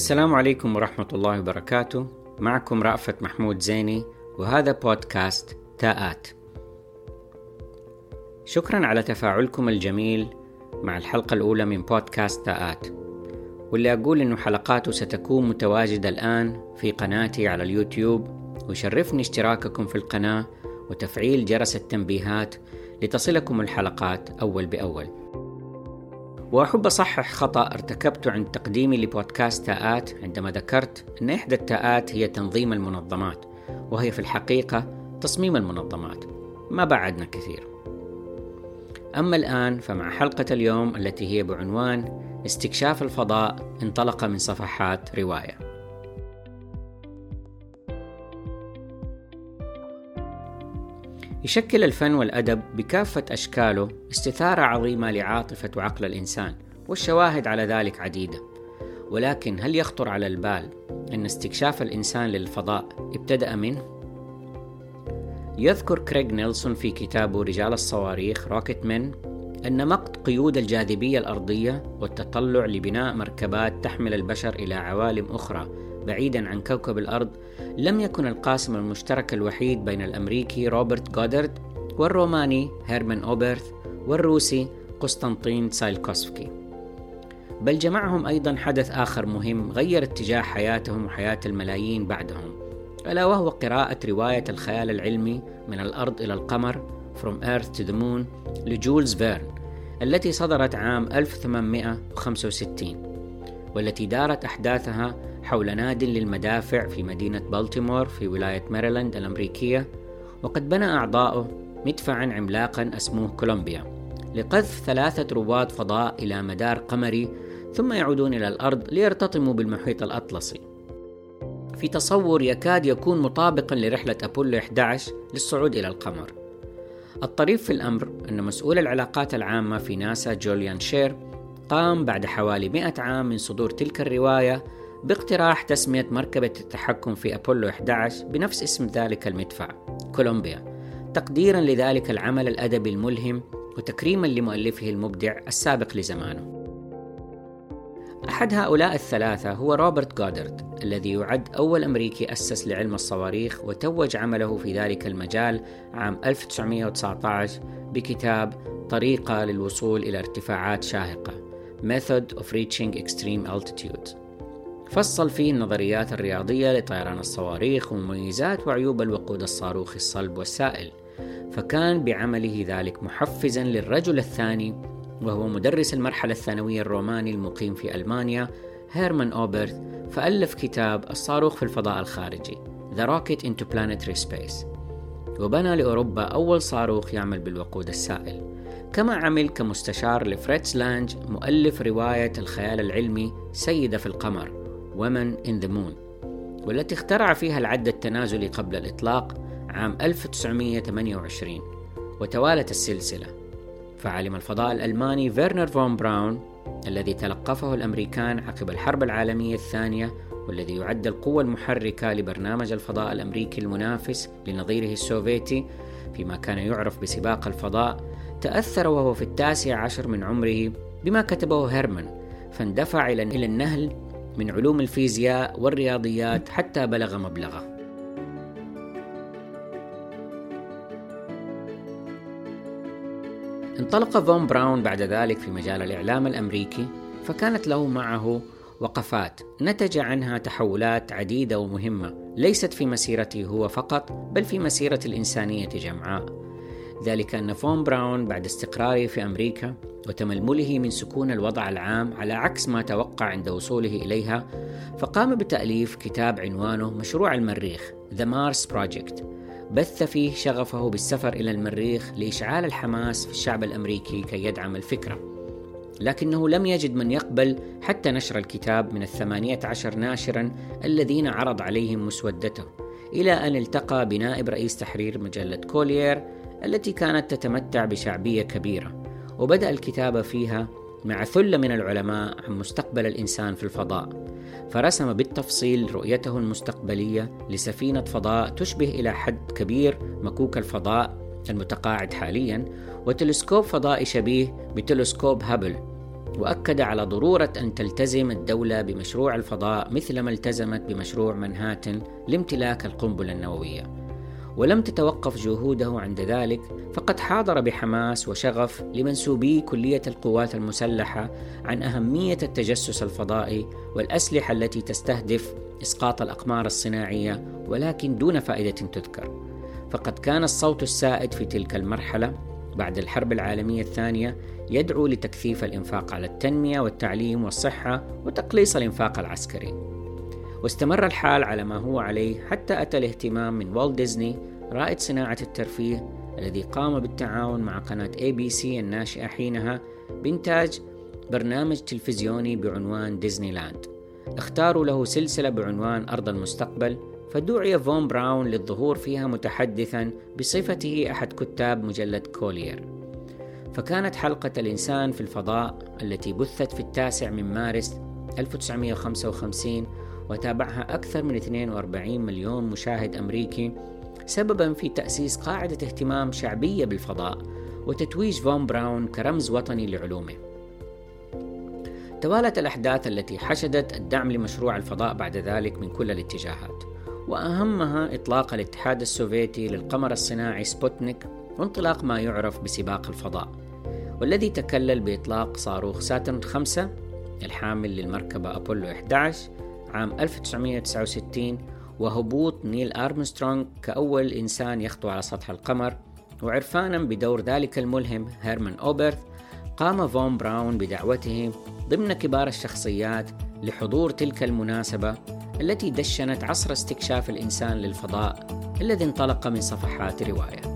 السلام عليكم ورحمة الله وبركاته. معكم رأفت محمود زيني، وهذا بودكاست تاءات. شكرا على تفاعلكم الجميل مع الحلقة الأولى من بودكاست تاءات، واللي أقول إنه حلقاته ستكون متواجدة الآن في قناتي على اليوتيوب، ويشرفني اشتراككم في القناة وتفعيل جرس التنبيهات لتصلكم الحلقات أول بأول. وأحب أصحح خطأ ارتكبته عند تقديمي لبودكاست تاءات عندما ذكرت أن إحدى التاءات هي تنظيم المنظمات، وهي في الحقيقة تصميم المنظمات، ما بعدنا كثير. أما الآن فمع حلقة اليوم التي هي بعنوان استكشاف الفضاء انطلق من صفحات رواية. يشكل الفن والأدب بكافة أشكاله استثارة عظيمة لعاطفة وعقل الإنسان، والشواهد على ذلك عديدة. ولكن هل يخطر على البال أن استكشاف الإنسان للفضاء ابتدأ منه؟ يذكر كريغ نيلسون في كتابه رجال الصواريخ روكيت مان أن مقت قيود الجاذبية الأرضية والتطلع لبناء مركبات تحمل البشر إلى عوالم أخرى بعيداً عن كوكب الأرض لم يكن القاسم المشترك الوحيد بين الأمريكي روبرت غودارد والروماني هيرمان أوبرث والروسي قسطنطين تسايلكوفسكي، بل جمعهم أيضاً حدث آخر مهم غير اتجاه حياتهم وحياة الملايين بعدهم، ألا وهو قراءة رواية الخيال العلمي من الأرض إلى القمر From Earth to the Moon لجولز فيرن، التي صدرت عام 1865، والتي دارت أحداثها حول ناد للمدافع في مدينة بالتيمور في ولاية ميريلاند الأمريكية، وقد بنى أعضاؤه مدفعاً عملاقاً اسمه كولومبيا لقذف 3 رواد فضاء إلى مدار قمري، ثم يعودون إلى الأرض ليرتطموا بالمحيط الأطلسي، في تصور يكاد يكون مطابقاً لرحلة أبولو 11 للصعود إلى القمر. الطريف في الأمر أن مسؤول العلاقات العامة في ناسا جوليان شير قام بعد حوالي 100 عام من صدور تلك الرواية باقتراح تسمية مركبة التحكم في أبولو 11 بنفس اسم ذلك المدفع كولومبيا، تقديراً لذلك العمل الأدبي الملهم وتكريماً لمؤلفه المبدع السابق لزمانه. أحد هؤلاء الثلاثة هو روبرت غودارد، الذي يعد أول أمريكي أسس لعلم الصواريخ، وتوج عمله في ذلك المجال عام 1919 بكتاب طريقة للوصول إلى ارتفاعات شاهقة Method of Reaching Extreme Altitudes، فصل فيه النظريات الرياضية لطيران الصواريخ ومميزات وعيوب الوقود الصاروخي الصلب والسائل، فكان بعمله ذلك محفزاً للرجل الثاني، وهو مدرس المرحلة الثانوية الروماني المقيم في ألمانيا هيرمان أوبرث، فألف كتاب الصاروخ في الفضاء الخارجي The Rocket into Planetary Space، وبنى لأوروبا أول صاروخ يعمل بالوقود السائل. كما عمل كمستشار لفريتز لانج مؤلف رواية الخيال العلمي سيدة في القمر Women in the Moon، والتي اخترع فيها العد التنازلي قبل الإطلاق عام 1928، وتوالت السلسلة. فعالم الفضاء الألماني فيرنر فون براون الذي تلقفه الأمريكان عقب الحرب العالمية الثانية، والذي يعد القوة المحركة لبرنامج الفضاء الأمريكي المنافس لنظيره السوفيتي فيما كان يعرف بسباق الفضاء، تأثر وهو في 19 من عمره بما كتبه هيرمان، فاندفع إلى النهل من علوم الفيزياء والرياضيات حتى بلغ مبلغه. انطلق فون براون بعد ذلك في مجال الإعلام الأمريكي، فكانت له معه وقفات نتج عنها تحولات عديدة ومهمة، ليست في مسيرته هو فقط بل في مسيرة الإنسانية جمعاء. ذلك أن فون براون بعد استقراره في أمريكا وتململه من سكون الوضع العام على عكس ما توقع عند وصوله إليها، فقام بتأليف كتاب عنوانه مشروع المريخ The Mars Project، بث فيه شغفه بالسفر إلى المريخ لإشعال الحماس في الشعب الأمريكي كي يدعم الفكرة، لكنه لم يجد من يقبل حتى نشر الكتاب من 18 ناشراً الذين عرض عليهم مسودته، إلى أن التقى بنائب رئيس تحرير مجلة كوليير التي كانت تتمتع بشعبية كبيرة، وبدأ الكتابة فيها مع ثلة من العلماء عن مستقبل الإنسان في الفضاء، فرسم بالتفصيل رؤيته المستقبلية لسفينة فضاء تشبه إلى حد كبير مكوك الفضاء المتقاعد حالياً، وتلسكوب فضائي شبيه بتلسكوب هابل، وأكد على ضرورة أن تلتزم الدولة بمشروع الفضاء مثلما التزمت بمشروع منهاتن لامتلاك القنبلة النووية. ولم تتوقف جهوده عند ذلك، فقد حاضر بحماس وشغف لمنسوبي كلية القوات المسلحة عن أهمية التجسس الفضائي والأسلحة التي تستهدف إسقاط الأقمار الصناعية، ولكن دون فائدة تذكر. فقد كان الصوت السائد في تلك المرحلة بعد الحرب العالمية الثانية يدعو لتكثيف الإنفاق على التنمية والتعليم والصحة وتقليص الإنفاق العسكري. واستمر الحال على ما هو عليه حتى أتى الاهتمام من والت ديزني رائد صناعة الترفيه، الذي قام بالتعاون مع قناة ABC الناشئة حينها بإنتاج برنامج تلفزيوني بعنوان ديزني لاند. اختاروا له سلسلة بعنوان أرض المستقبل، فدعي فون براون للظهور فيها متحدثا بصفته أحد كتاب مجلة كولير. فكانت حلقة الإنسان في الفضاء التي بثت في 9 مارس 1955 وتابعها أكثر من 42 مليون مشاهد أمريكي سببا في تأسيس قاعدة اهتمام شعبية بالفضاء وتتويج فون براون كرمز وطني لعلومه. توالت الأحداث التي حشدت الدعم لمشروع الفضاء بعد ذلك من كل الاتجاهات، وأهمها إطلاق الاتحاد السوفيتي للقمر الصناعي سبوتنيك وانطلاق ما يعرف بسباق الفضاء، والذي تكلل بإطلاق صاروخ ساترن 5 الحامل للمركبة أبولو 11 عام 1969 وهبوط نيل أرمسترونغ كأول إنسان يخطو على سطح القمر. وعرفانا بدور ذلك الملهم هيرمان أوبرث، قام فون براون بدعوته ضمن كبار الشخصيات لحضور تلك المناسبة التي دشنت عصر استكشاف الإنسان للفضاء الذي انطلق من صفحات رواية.